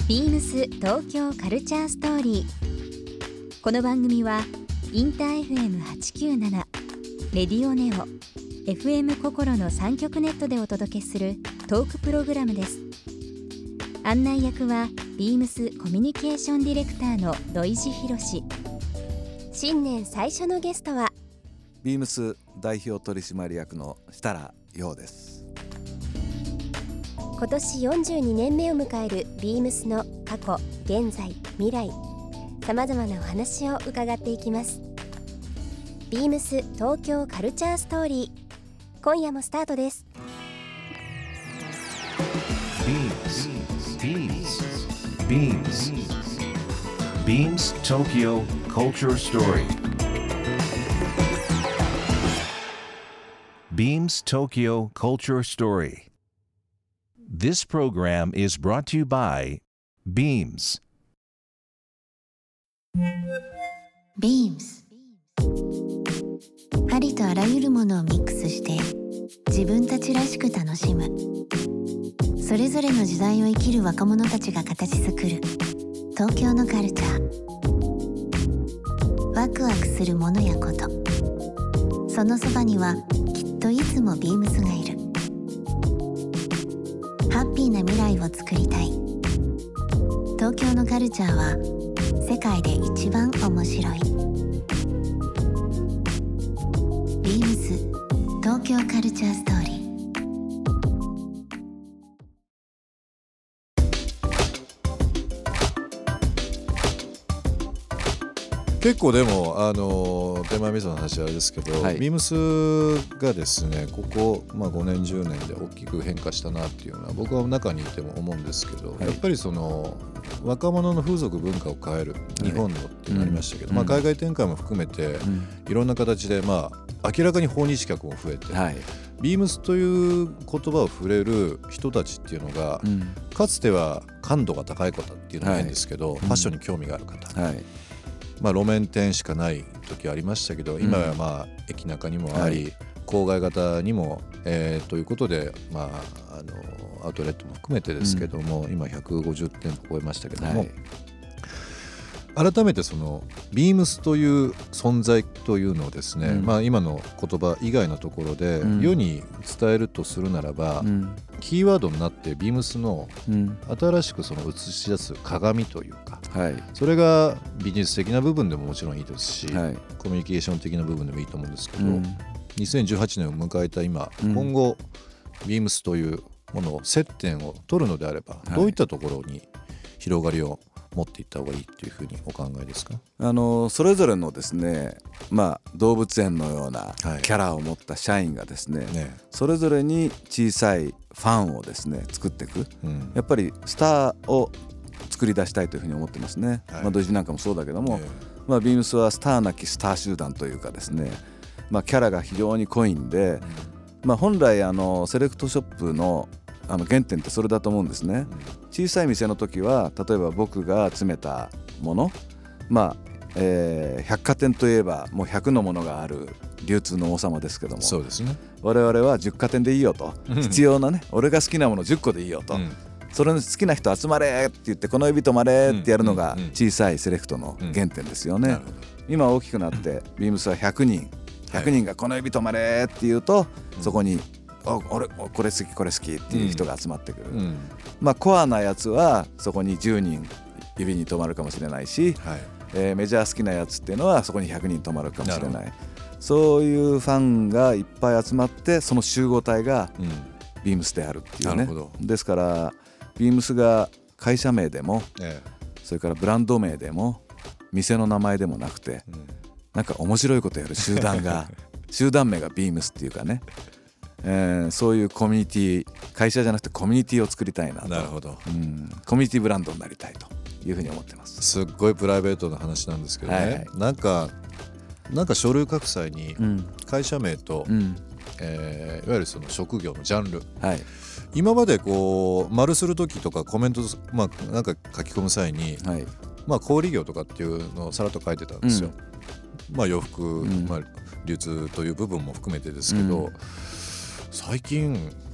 ビームス東京カルチャーストーリー。この番組はインター FM897 レディオネオ FM 心の3極ネットでお届けするトークプログラムです。案内役はビームスコミュニケーションディレクターの土井博志。新年最初のゲストはビームス代表取締役の設楽陽です。 今年42年目を迎えるビームスの過去、現在、未来、さまざまなお話を伺っていきます。ビームス東京カルチャーストーリー、今夜もスタートです。 Beams Tokyo Culture Story. Beams Tokyo Culture Story. This program is brought to you by Beams. Beams ありとあらゆるものをミックスして自分たちらしく楽しむ、それぞれの時代を生きる若者たちが形作る東京のカルチャー。ワクワクするものやこと、そのそばにはきっといつもビームスがいる。ハッピーな未来を作りたい。東京のカルチャーは世界で一番面白い。ビームス東京カルチャーストーリー。 結構でも手前味噌の話はあれですけど、 はい、 ビームスがですねここ、5年10年で大きく変化したなっていうのは僕は中にいても思うんですけど、やっぱりその若者の風俗文化を変える日本のってなりましたけど、海外展開も含めていろんな形で明らかに訪日客も増えて、ビームスという言葉を触れる人たちっていうのが、かつては感度が高い方っていうのは変ですけど、ファッションに興味がある方、路面店しかない時ありましたけど、今は駅中にもあり、郊外型にも、ということで、アウトレットも含めてですけども、今150店舗超えましたけども、改めてそのビームスという存在というのをですね、今の言葉以外のところで世に伝えるとするならば、キーワードになってビームスの新しくその映し出す鏡というか、それがビジネス的な部分でももちろんいいですし、コミュニケーション的な部分でもいいと思うんですけど、2018年を迎えた今、今後ビームスというものを接点を取るのであれば、どういったところに広がりを持っていった方がいいというふうにお考えですか？ それぞれのですね、動物園のようなキャラを持った社員がですね、それぞれに小さいファンをですね作っていく、やっぱりスターを作り出したいというふうに思ってますね。土井なんかもそうだけども、ビームスはスターなきスター集団というかですね、キャラが非常に濃いんで、本来セレクトショップの原点ってそれだと思うんですね。小さい店の時は例えば僕が集めたもの、百貨店といえばもう100のものがある流通の王様ですけども、 そうですね、 我々は10貨店でいいよと、必要なね、俺が好きなもの10個でいいよと、それの好きな人集まれって言って、この指止まれってやるのが小さいセレクトの原点ですよね。今大きくなってビームスは100人がこの指止まれって言うと、そこに俺これ好きこれ好きっていう人が集まってくる、コアなやつはそこに10人指に止まるかもしれないし、メジャー好きなやつっていうのはそこに100人止まるかもしれない。そういうファンがいっぱい集まって、その集合体がビームスであるっていうね。ですからビームスが会社名でも、それからブランド名でも店の名前でもなくて、なんか面白いことやる集団が集団名がビームスっていうかね、そういうコミュニティ、会社じゃなくてコミュニティを作りたいなと。 なるほど、 コミュニティブランドになりたいというふうに思ってます。 すっごいプライベートな話なんですけどね、なんか書類書く際に会社名と、いわゆるその職業のジャンル、今までこう丸する時とかコメント、なんか書き込む際に、小売業とかっていうのをさらっと書いてたんですよ。洋服、流通という部分も含めてですけど、最近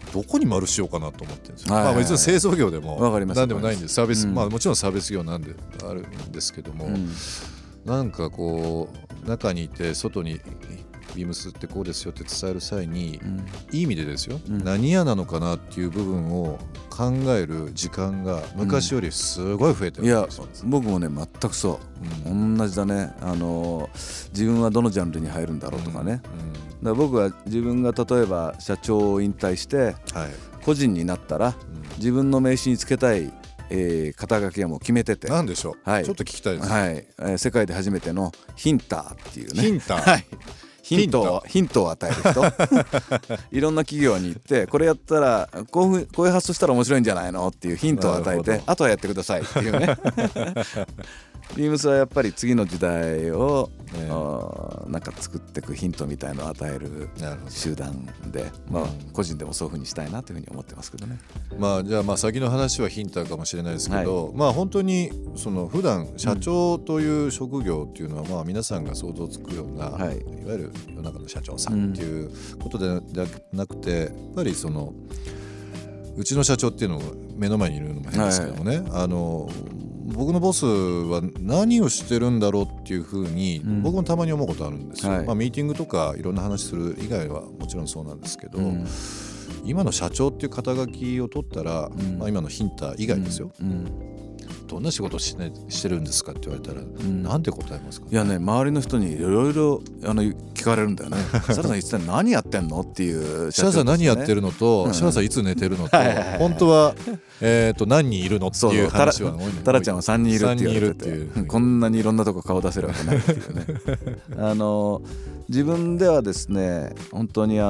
どこに丸しようかなと思ってるんですよ。 はいはいはい、 別に製造業でも何でもないんでサービス、もちろんサービス業なんであるんですけども、なんかこう中にいて外にビームスってこうですよって伝える際に、いい意味でですよ、何屋なのかなっていう部分を考える時間が昔よりすごい増えてるんですよ。 いや僕もね全くそう、同じだね。自分はどのジャンルに入るんだろうとかね、だから僕は自分が例えば社長を引退して、個人になったら、自分の名刺につけたい肩書きはもう決めてて、 なんでしょう、ちょっと聞きたいです。 はい、世界で初めてのヒンターっていうね。 ヒンター、 はい、ヒントを与える人いろんな企業に行って、これやったらこういう発想したら面白いんじゃないのっていうヒントを与えて、あとはやってくださいっていうねビームスはやっぱり次の時代を、なんか作っていくヒントみたいのを与える集団で、個人でもそういう風にしたいなというふうに思ってますけどね。 じゃあ先の話はヒンターかもしれないですけど、本当にその普段社長という職業っていうのは皆さんが想像つくような、いわゆる世の中の社長さんっていうことでなくて、やっぱりそのうちの社長っていうのが目の前にいるのも変ですけどもね、僕のボスは何をしてるんだろうっていうふうに僕もたまに思うことあるんですよ。ミーティングとかいろんな話する以外はもちろんそうなんですけど、今の社長っていう肩書きを取ったら、今のヒンター以外ですよ、どんな仕事をしてるんですかって言われたら、なんて答えますか？ いやね、周りの人にいろいろ聞かれるんだよね。設楽さん一体何やってんのっていう設楽さん何やってるのと、設楽さんいつ寝てるのと、本当は何人いるのっていう話は多いね。 タラちゃんは3人いるって言われてて、こんなにいろんなとこ顔出せるわけないっていうね自分ではですね、本当になん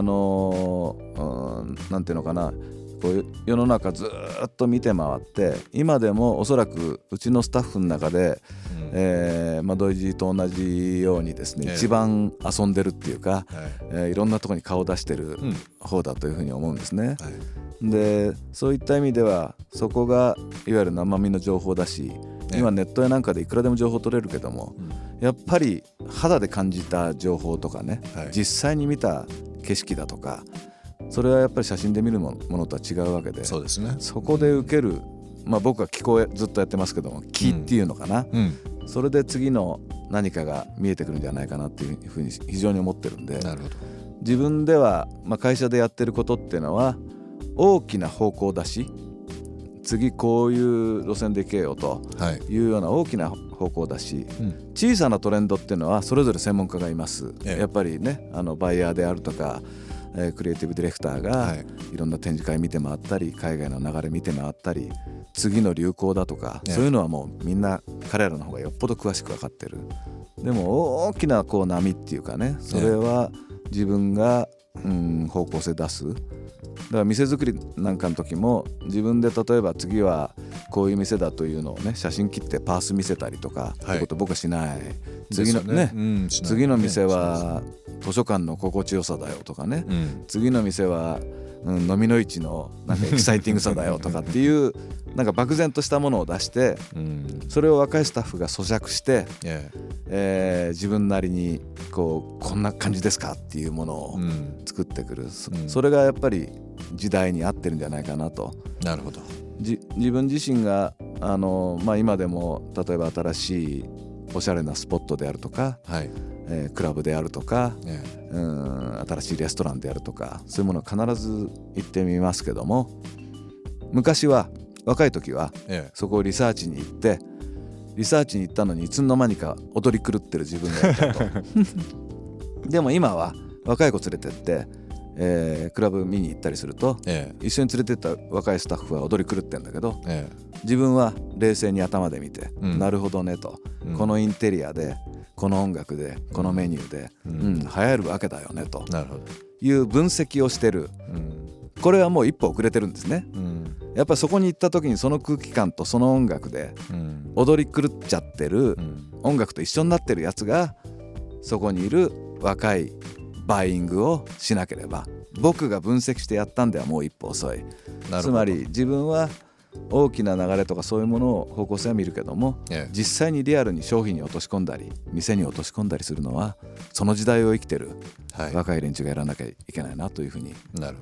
ていうのかな、こう世の中ずっと見て回って、今でもおそらくうちのスタッフの中で、土井と同じようにですね、一番遊んでるっていうか、いろんなところに顔を出してる方だというふうに思うんですね。でそういった意味ではそこがいわゆる生身の情報だし、今ネットやなんかでいくらでも情報取れるけども、やっぱり肌で感じた情報とかね、実際に見た景色だとか、それはやっぱり写真で見るものとは違うわけで、 そうですね、 そこで受ける、僕は聞こえずっとやってますけども、気っていうのかな、それで次の何かが見えてくるんじゃないかなっていうふうに非常に思ってるんで、 なるほど。 自分では、会社でやってることっていうのは大きな方向だし、次こういう路線で行けよというような大きな方向だし、小さなトレンドっていうのはそれぞれ専門家がいます。やっぱりね、バイヤーであるとかクリエイティブディレクターがいろんな展示会見て回ったり、海外の流れ見て回ったり、次の流行だとか、そういうのはもうみんな彼らの方がよっぽど詳しく分かってる。でも大きなこう波っていうかね、それは自分が、方向性出す。だから店作りなんかの時も、自分で例えば次はこういう店だというのをね、写真切ってパース見せたりとか、そういうこと僕はしない。次のね、次の店は図書館の心地よさだよとかね、次の店は、飲みの市のなんかエキサイティングさだよとかっていうなんか漠然としたものを出して、それを若いスタッフが咀嚼して、自分なりにこんな感じですかっていうものを作ってくる、それがやっぱり時代に合ってるんじゃないかなと。 なるほど。 自分自身が今でも例えば新しいおしゃれなスポットであるとか、クラブであるとか、新しいレストランであるとか、そういうものを必ず行ってみますけども、昔は若い時はそこをリサーチに行って、リサーチに行ったのにいつの間にか踊り狂ってる自分がいたとでも今は若い子連れてって、クラブ見に行ったりすると、一緒に連れてった若いスタッフは踊り狂ってんだけど、自分は冷静に頭で見て、なるほどねと、このインテリアでこの音楽でこのメニューで、流行るわけだよねという分析をしてる、これはもう一歩遅れてるんですね。やっぱりそこに行った時にその空気感とその音楽で踊り狂っちゃってる、音楽と一緒になってるやつがそこにいる若いバイイングをしなければ、僕が分析してやったんではもう一歩遅い。つまり自分は大きな流れとかそういうものを方向性は見るけども、実際にリアルに商品に落とし込んだり店に落とし込んだりするのはその時代を生きてる若い連中がやらなきゃいけないなというふうに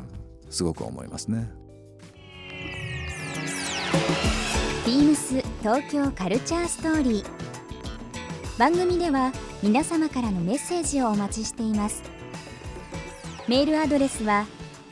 すごく思いますね。 ビームス東京カルチャーストーリー。番組では皆様からのメッセージをお待ちしています。メールアドレスは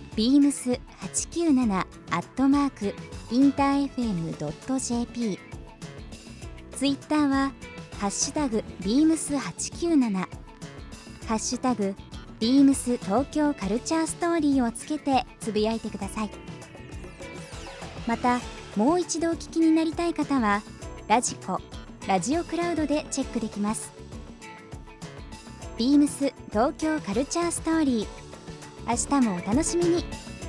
beams897@interfm.jp。 ツイッターはハッシュタグ beams897、 ハッシュタグ beams 東京カルチャーストーリーをつけてつぶやいてください。またもう一度お聞きになりたい方はラジコ、ラジオクラウドでチェックできます。ビームス東京カルチャーストーリー、明日もお楽しみに。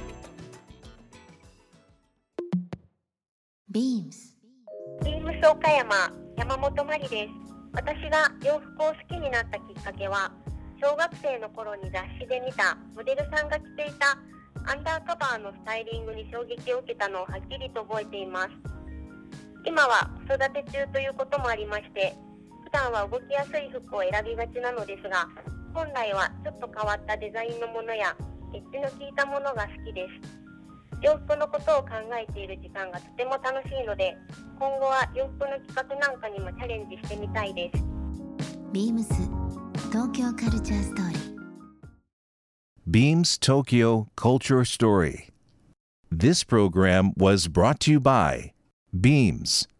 ビームス岡山、山本真理です。私が洋服を好きになったきっかけは、小学生の頃に雑誌で見たモデルさんが着ていたアンダーカバーのスタイリングに衝撃を受けたのをはっきりと覚えています。今は子育て中ということもありまして、普段は動きやすい服を選びがちなのですが、本来はちょっと変わったデザインのものやエッジの効いたものが好きです。洋服のことを考えている時間がとても楽しいので、今後は洋服の企画なんかにもチャレンジしてみたいです。 ビームス東京カルチャーストーリー。 Beams Tokyo Culture Story. This program was brought to you by Beams.